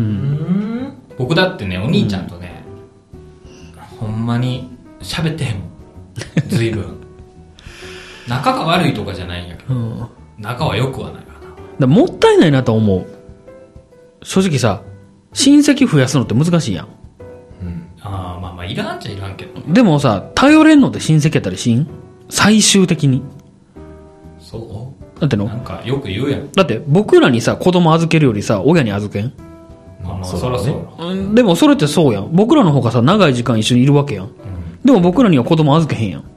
僕だってね、お兄ちゃんとね、うん、ほんまに喋ってへんもん。ずいぶん。仲が悪いとかじゃないんやけど、うん、仲は良くはないかな。 だもったいないなと思う。正直さ、親戚増やすのって難しいやん。 うん、ああ、まあまあ、いらんっちゃいらんけど。 でもさ、頼れんのって親戚やったりしん？最終的に。 そうだってのなんかよく言うやん。 だって僕らにさ、子供預けるよりさ、親に預けん？ まあまあ、そらそう。 でもそれってそうやん。僕らの方がさ、長い時間一緒にいるわけやん。うん、でも僕らには子供預けへんやん。うん、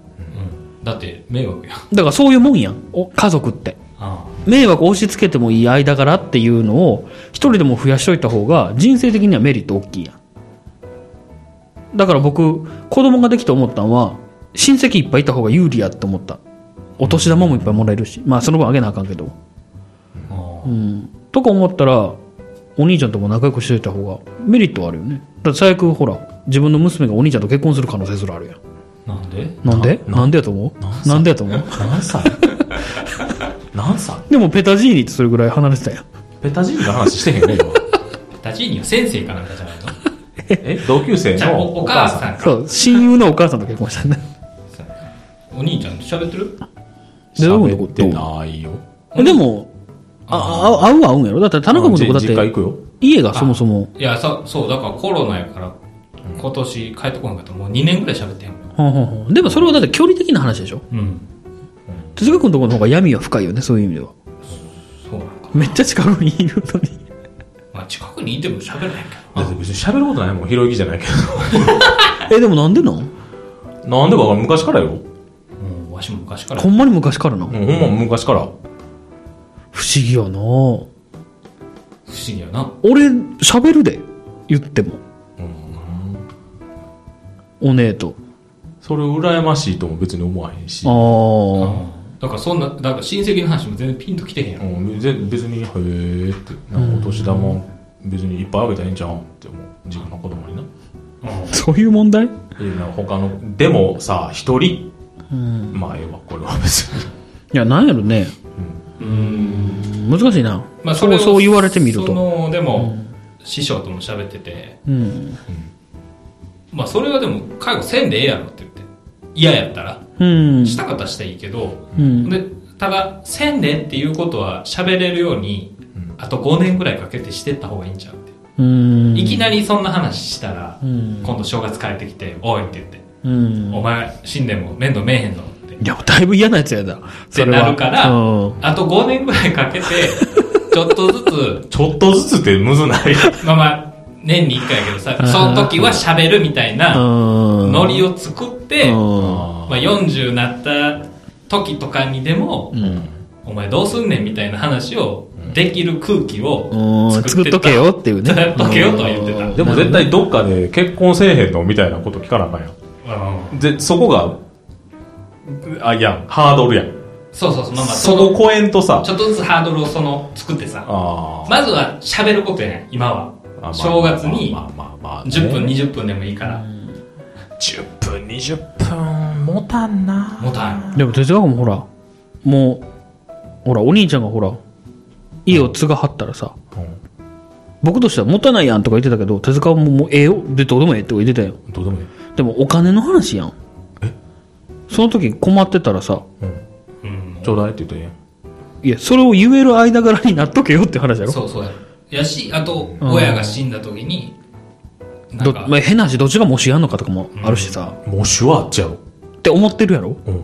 だって迷惑やん。 だからそういうもんやん。お家族って。ああ、迷惑押し付けてもいい間柄っていうのを一人でも増やしといた方が人生的にはメリット大きいやん。だから僕、子供ができて思ったのは、親戚いっぱいいた方が有利やって思った。お年玉もいっぱいもらえるし、まあその分あげなあかんけど。うん。とか思ったら、お兄ちゃんとも仲良くしておいた方がメリットはあるよね。だって最悪ほら、自分の娘がお兄ちゃんと結婚する可能性すらあるやん。 なんでなんでななんでやと思うなんでやと思う何歳何歳でもペタジーニってそれぐらい離れてたやん。 ペタジーニの話してへんね今。 ペタジーニは先生かなんかじゃないのえ同級生のお母さんか。 そう、親友のお母さんと結婚したんだ。 お兄ちゃんと喋ってる？ 喋ってないよ。 でも、あ、あ、会うは会うんやろ。だって田中君とこだって、 実家行くよ。 家がそもそも。 いや、そ、そう、だからコロナやから、今年帰ってこなかったらもうにねんぐらい喋ってんのよ。 ほんほんほん。でもそれはだって距離的な話でしょ。うん。手塚君のところの方が闇は深いよね、そういう意味では。 そうなんか。 めっちゃ近くにいるのに。 まあ近くにいても喋れないけど。 だって別に喋ることないもん、ひろゆきじゃないけど。 え、でもなんでなんなんでか昔からよ。 うん、わしも昔から。 ほんまに昔からな。うん、 ほんま昔から。 不思議やな。不思議やな。 俺、喋るで、言っても。うん、お姉と。 それ羨ましいとも別に思わへんし。ああ。だからそんな、だから親戚の話も全然ピンときてへんやん。 うん、別に、へーって、なんかお年玉別にいっぱいあげたらいいんちゃうんって思う。自分の子供にな。 うん、そういう問題？ いや、他の、でもさ、一人、うん、まあええわ、これは別に。 いや、なんやろね。うん、難しいな。まあ、それそう言われてみると。 その、でも、うん、師匠とも喋ってて、うんうん、まあ、それはでも、介護せんでええやろって言って。嫌やったら、うん、したかったらしたらいいけど、うん、でただせんでっていうことは喋れるように、うん、あとごねんぐらいかけてしてった方がいいんちゃうって、うん、いきなりそんな話したら、うん、今度正月帰ってきておいって言って、うん、お前死んでも面倒見えへんのって、 いやだいぶ嫌なやつやだってなるから、うん、あとごねんぐらいかけてちょっとずつちょっとずつってむずないまあまあ年にいっかいやけどさ、その時は喋るみたいなノリを作って、まあ、よんじゅうなった時とかにでも、うん、お前どうすんねんみたいな話をできる空気を作っとけよっていうね。 作っとけよとは言ってた。 でも絶対どっかで結婚せえへんのみたいなこと聞かなあかんやん。で、そこが、あ、いやん、ハードルやん。 そうそうそう。まあまあ、 そこ超えんとさ。 ちょっとずつハードルをその作ってさ。まずは喋ることやねん、今は。正月にじゅっぷんにじゅっぷんでもいいからじゅっぷんにじゅっぷん持たんな持たん。 でも哲学もほらもうほらお兄ちゃんがほら家を継がはったらさ、うん、僕としては持たないやんとか言ってたけど哲学ももうええよでどうでもええって言ってたよ。 どうでもええ。でもお金の話やん。えその時困ってたらさ、 うん、ちょうだいって言ったらええやん。 いやそれを言える間柄になっとけよって話やろ。 そうそうややし、あと、親が死んだ時に、 うん、なんか、まあ、変な話、どっちが模試やんのかとかもあるしさ。 模試はあっちゃう。 って思ってるやろ、うん、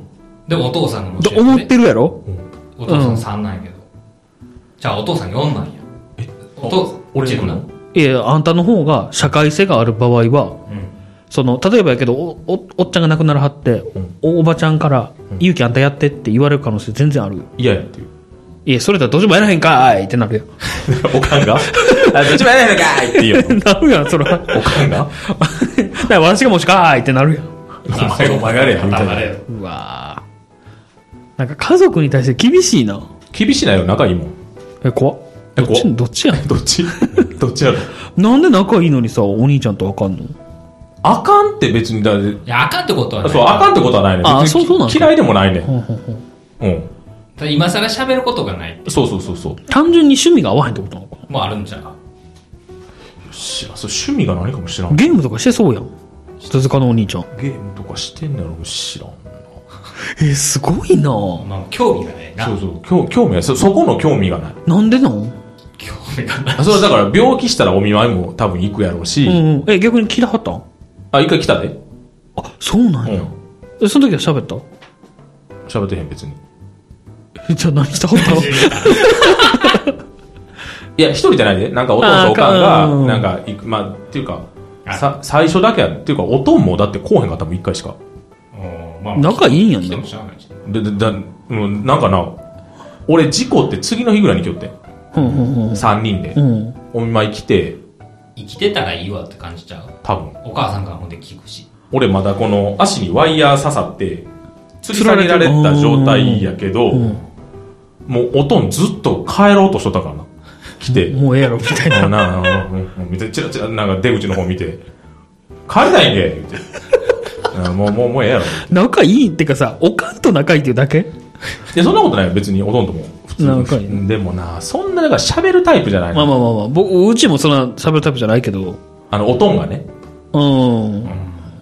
でもお父さんの持ちやつ、ね、思ってるやろ、 うん、お父さんさんなんやけど、うん、じゃあお父さんよんなんや。 えお父さん俺行くの？ いやあんたの方が社会性がある場合は、うん、その例えばやけど お, お, おっちゃんが亡くならはって、うん、お, おばちゃんから「ゆうきあんたやって」って言われる可能性全然あるよ。 嫌やっていう。 いやそれだったらどっちもやらへんかーいってなるよ。 おかんがあどっちもやらへんかーいって言うよ。 なるやんそれは。 おかんがだ私がもしかーいってなるやん。 お前お前がやれやみたいな。 うわーなんか家族に対して厳しいな。 厳しいなよ仲いいもん。 え怖っ。どっちどっちやん。 どっちどっちやろ。 なんで仲いいのにさお兄ちゃんとあかんの？ あかんって別にだ。いやあかんってことはない。 そうあかんってことはないね。 あそうそうなん嫌いでもないね。うん。 今更喋ることがない。 そうそうそうそう。 単純に趣味が合わへんってことなのかな。 もうあるんじゃん。 知らん。そう趣味が何かも知らん。 ゲームとかしてそうやん。鈴鹿のお兄ちゃん。 ゲームとかしてんのやろ知らんな。 えすごいな。 まあ興味がないな。 そうそう興興味はそそこの興味がない。 なんでなん？ 興味がない。 それだから病気したらお見舞いも多分行くやろうし。 うん、え逆に来たはったん？ あ一回来たで。 あそうなんや。うん、えその時は喋った？ 喋ってへん別に。 じゃあ何したはったの？ いや一人じゃないで。なんかおとんとおかんがなんか行くまあっていうかさ最初だけやっていうかおとんもだってこうへんかったもん一回しか。 まあ、仲いいんやんな。 ででだうん、なんかな俺事故って次の日ぐらいに来よって、うんうんうん、さんにんで、うん、お見舞い来て生きてたらいいわって感じちゃう多分お母さんからほんで聞くし俺まだこの足にワイヤー刺さって吊り下げられた状態やけど、うん、もうおとんずっと帰ろうとしとったからな来てもうええやろみたいななな見てチラチラなんか出口の方見て帰りたいんけ言ってもうもうもうええやろ仲いいってかさおかんと仲いいっていうだけいやそんなことないよ別におとんとも普通仲いいでもなそんなだから喋るタイプじゃないの。 まあまあまあまあ僕うちもそんな喋るタイプじゃないけどあのおとんがねうん、うん、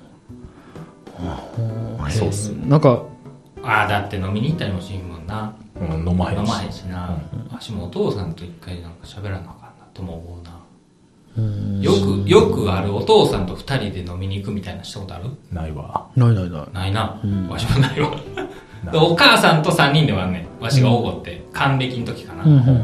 そうっすなんかああだって飲みに行ったりもしんもんな、 うん、飲まへんし飲まへんしな、うん、私もお父さんと一回なんか喋らなあかんなとも思うなよくよくあるお父さんと二人で飲みに行くみたいなしたことある？ ないわ。 ないないないないな、うん、わしもないわお母さんと三人ではねわしがおごって、うん、還暦の時かな、うんうんうん、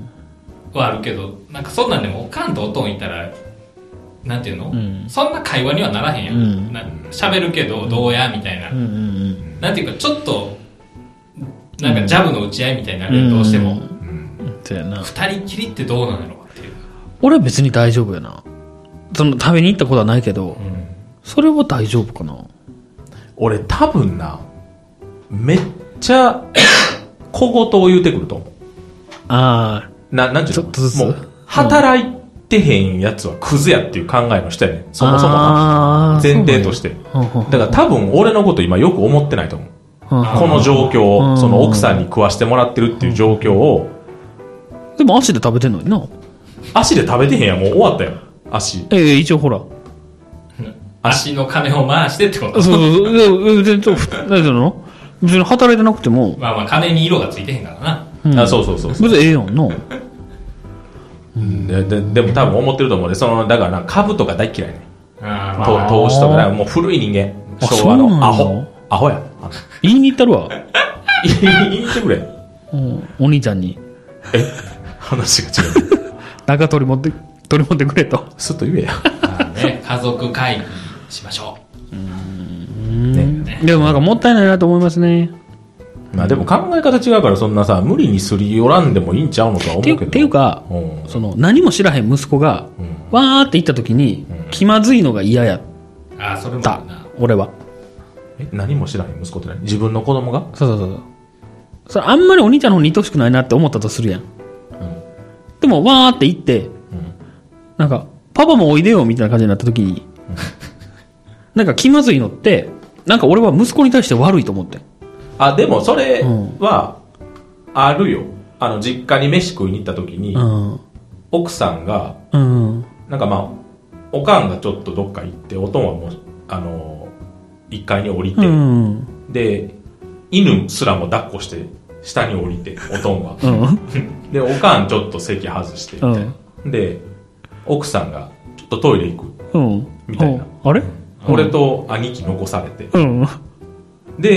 はあるけどなんかそんなんでもおかんとおとんいたらなんていうの、うん、そんな会話にはならへんやん、うん、な喋るけどどうやみたいな、うんうんうん、なんていうかちょっとなんかジャブの打ち合いみたいになるよ、うん、どうしても、うん、二人きりってどうなんやろっていう俺は別に大丈夫やなその食べに行ったことはないけど、うん、それは大丈夫かな俺多分なめっちゃ小言を言うてくると思うああななんちゅうのもう働いてへんやつはクズやっていう考えの人やねんそもそも前提としてだから多分俺のこと今よく思ってないと思うこの状況をその奥さんに食わしてもらってるっていう状況をでも足で食べてんのにな足で食べてへんやもう終わったよ足ええ一応ほら足の金を回してってことそうそうそう全然何だろう別に働いてなくてもまあまあ金に色がついてへんからな、 うん、あそうそうそうそう別にええやんなうん、で, で, でも多分思ってると思うでそのだからな株とか大嫌いねあ、まあ、投資とかもう古い人間昭和のアホアホや言いに行ったるわ言いに行ってくれ、 うん、お兄ちゃんにえ話が違う中取り持って取り持ってくれとすっと言えやあ、ね、家族会議しましょううーん、ねね、でもなんかもったいないなと思いますねまあでも考え方違うからそんなさ無理にすり寄らんでもいいんちゃうのとは思うけどっていうか、うん、その何も知らへん息子が、うん、わーって言った時に、うん、気まずいのが嫌やったあそれもあるな俺はえ何も知らへん息子って何自分の子供がそうそうそうそれあんまりお兄ちゃんの方にいてほしくないなって思ったとするやん、うん、でもわーって言って、うん、なんかパパもおいでよみたいな感じになった時に、うん、なんか気まずいのってなんか俺は息子に対して悪いと思ってあでもそれはあるよ、うん、あの実家に飯食いに行った時に、うん、奥さんが、うん、なんかまあおかんがちょっとどっか行っておとんはもうあのいっかいに降りて、うん、で犬すらも抱っこして下に降りておとんは、うん、でおかんちょっと席外してみたいな、うん、で奥さんがちょっとトイレ行く、うん、みたいな、 あれ俺と兄貴残されて、うん、で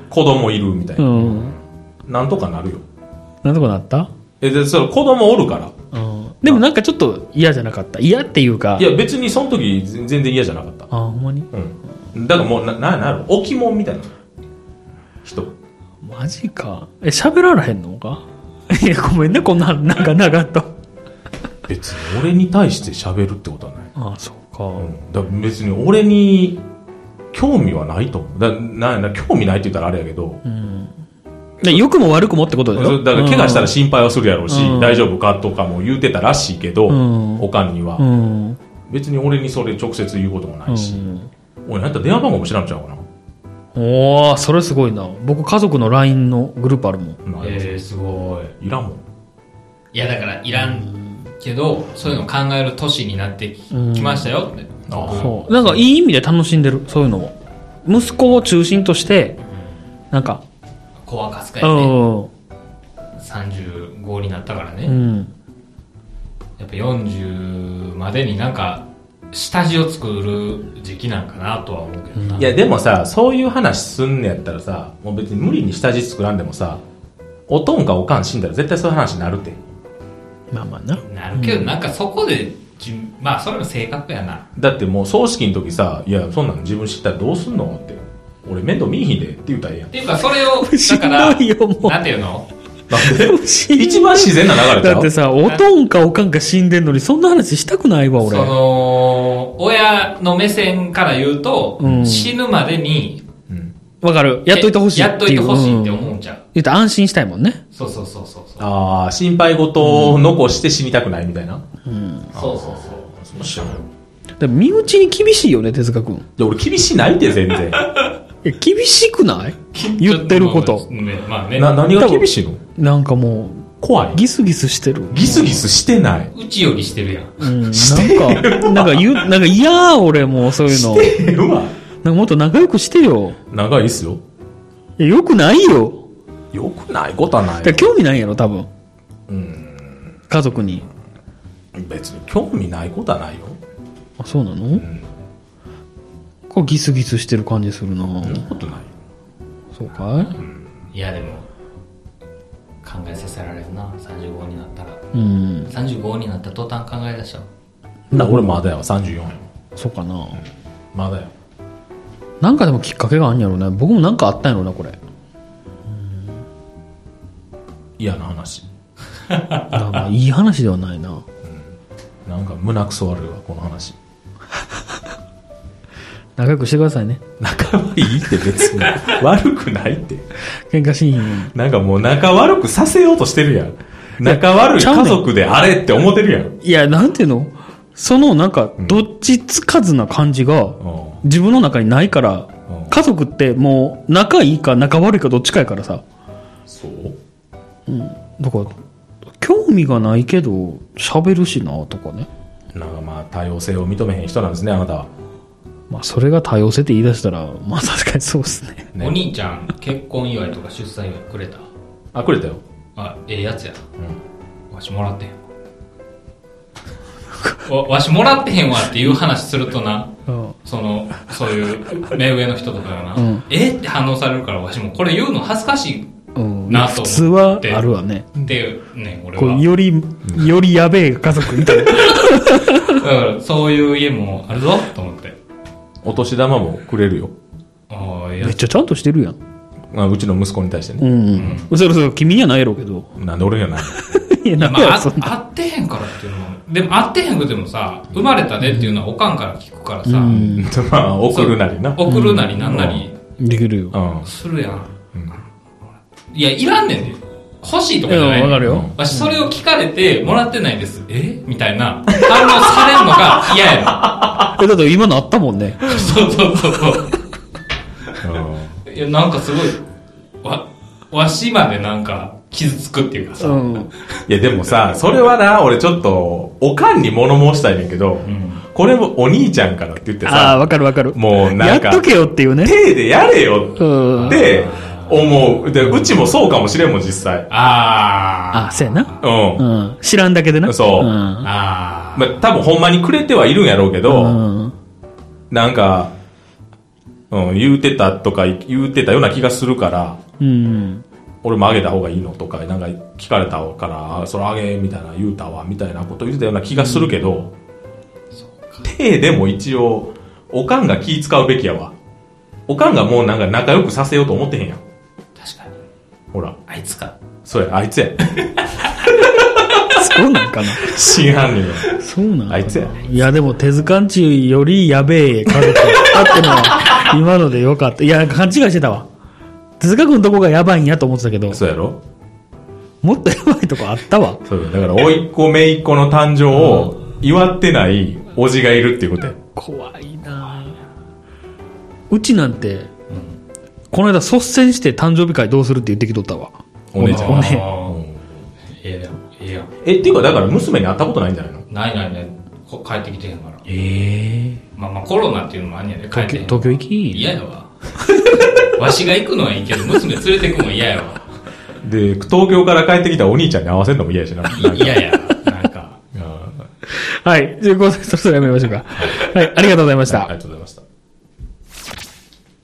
子供いるみたいな。 うん。 なんとかなるよ。 なんとかなった？ え、で、それ子供おるから。 うん。でもなんかちょっと嫌じゃなかった。嫌っていうか。 いや、別にその時全然嫌じゃなかった。 あ、ほんまに？ うん。だからもう、な、な、なる置物みたいな人。 マジか。え、喋られへんのか？いや、ごめんね、こんな、なんか長っと。 別に俺に対して喋るってことはない。 ああ、そうか。 うん。だから別に俺に興味はないと思う。だな、な、興味ないって言ったらあれやけど。 うん。で、良くも悪くもってことだよ。 だから怪我したら心配はするやろうし、 うん、 大丈夫かとかも言うてたらしいけど、うん、おかんには、うん。別に俺にそれ直接言うこともないし、うん、俺なんやったら電話番号も知らんちゃうかな。 おー、それすごいな。僕家族の ライン のグループあるもん。 えー、すごい。 いらんもん。 いや、だからいらんけど、そういうのを考える年になってき、うん、きましたよって。 ああ、そう。なんかいい意味で楽しんでる、そういうのを。息子を中心として、なんか、 子はかすかやね。さんじゅうごになったからね。うん、やっぱよんじゅうまでになんか、下地を作る時期なんかなとは思うけどな。 いやでもさ、そういう話すんねやったらさ、もう別に無理に下地作らんでもさ、おとんかおかん死んだら絶対そういう話になるって。 まあまあな。 なるけど、うん、なんかそこで、まあそれも性格やな。 だってもう葬式の時さ、いやそんなの自分知ったらどうすんのって。俺面倒見いひんでって言ったらええやん。 っていうかそれを、だから、なんていうのなんで一番自然な流れちゃう。 だってさ、おとんかおかんか死んでんのにそんな話したくないわ俺。 その親の目線から言うと、うん、死ぬまでにわ、うん、かる、やっといてほしいやっといてほしいって思うんちゃう、うん、 言うと安心したいもんね。 そうそうそうそう。 ああ、心配事を残して死にたくないみたいな、 うん、そうそうそう。そうしよう。身内に厳しいよね、手塚くん。いや俺厳しいないって全然。 え、厳しくない？言ってること。 まあね、な、何が厳しいの？ なんかもう、 怖い。 ギスギスしてる。 ギスギスしてない。 うちよりしてるやん。 うん、なんか、なんか言う、なんか嫌ー俺もうそういうの。 してるわ。 なんかもっと仲良くしてよ。 仲いいっすよ。 いや、よくないよ。 よくないことはないよ。 だ興味ないやろ、多分。 うん。 家族に。 別に興味ないことはないよ。 あ、そうなの？うん。こうギスギスしてる感じするな。 そんなことない。 そうかい？うん、 いやでも考えさせられるな。さんじゅうごになったら、うん、さんじゅうごになった途端考え出した。 な、俺まだやわ。さんじゅうよんや。 そうかな、うん、 まだや。 なんかでもきっかけがあるんやろうね。僕もなんかあったんやろうなこれ。 嫌な話。 なんかいい話ではないな、うん、 なんか胸くそ悪いわこの話。 仲良くしてくださいね。 仲はいいって別に悪くないって喧嘩しんひん。 なんかもう仲悪くさせようとしてるやん。仲悪い家族であれって思ってるやん。 いやなんていうの、そのなんかどっちつかずな感じが自分の中にないから、うん、家族ってもう仲いいか仲悪いかどっちかやからさ。 そう、 うん、だから興味がないけど喋るしなとかね。 なんかまあ多様性を認めへん人なんですねあなたは。 まあそれが多様性って言い出したらまあ確かにそうですね。 ね、お兄ちゃん結婚祝いとか出産祝いくれた？ あ、くれたよ。 あ、ええやつや。うん。わしもらってへんわ。わしもらってへんわっていう話するとな、うん、そのそういう目上の人とかがな、うん、えって反応されるからわしもこれ言うの恥ずかしいなと思って、うん、普通はあるわね。 でね、俺はよりよりやべえ家族みたいな。だからそういう家もあるぞと思って。お年玉もくれるよ。 ああ、めっちゃちゃんとしてるやん。 まあ、うちの息子に対してね。 うんうんうん。それそれ君にはないやろうけど。 なんで俺にはないの？いや、なんか、まあ、会ってへんからっていうのも。でも会ってへんくてもさ、生まれたねっていうのはおかんから聞くからさ。うん、 まあ、送るなりな。 送るなりなんなり。 うん、できるよ。 うん。するやん。うん、いや、いらんねんで。欲しいとかじゃない。 わかるよ。 わしそれを聞かれて、もらってないです。えみたいな反応されるのが嫌やろ。え、だって今のあったもんね。 そうそうそうそう。いや、なんかすごい、わ、わしまでなんか傷つくっていうかさ。うん、 いや、でもさ、それはな、俺ちょっと、おかんに物申したいねんけど、うん、これもお兄ちゃんからって言ってさ。 ああ、わかるわかる。 もうなんか。 やっとけよっていうね。 手でやれよって、思う。で、うちもそうかもしれんもん、実際。 ああ。あ、そうやな。 うん。 うん。知らんだけでな。 そう。うん、ああ。まあ、多分ほんまにくれてはいるんやろうけど、うん、なんか、 うん、言うてたとか言うてたような気がするから、うん、俺もあげた方がいいのとか、なんか聞かれたから、それあげみたいな言うたわ、みたいなこと言ってたような気がするけど、うん、手でも一応、おかんが気使うべきやわ。おかんがもうなんか仲良くさせようと思ってへんやん。 確かに。 ほら。 あいつか。 そうや、あいつや。 そうなんかな。 真犯人や。そうなんかな。 あいつや。 いやでも手塚んちよりやべえ家族だってのは今のでよかった。いや、勘違いしてたわ。手塚くんとこがやばいんやと思ってたけど。 そうやろ？ もっとやばいとこあったわ。 そうだ。だから、甥っ子姪っ子の誕生を祝ってないおじがいるっていうことや。 怖いなうちなんて、うん、この間率先して誕生日会どうするって言ってきとったわ。 お姉ちゃん。 お姉。 ええやん、ええやん。 え、っていうかだから娘に会ったことないんじゃないの？ ないないない。帰ってきてへんから。 ええー。 まあまあコロナっていうのもあんねやで、帰ってへん。 東京行き嫌やわ。わしが行くのはいいけど、娘連れて行くのも嫌やわ。 で、東京から帰ってきたお兄ちゃんに会わせるのも嫌やしな。 嫌や。なんか。 はい。ということで、そろそろやめましょうか。はい。ありがとうございました。 ありがとうございます。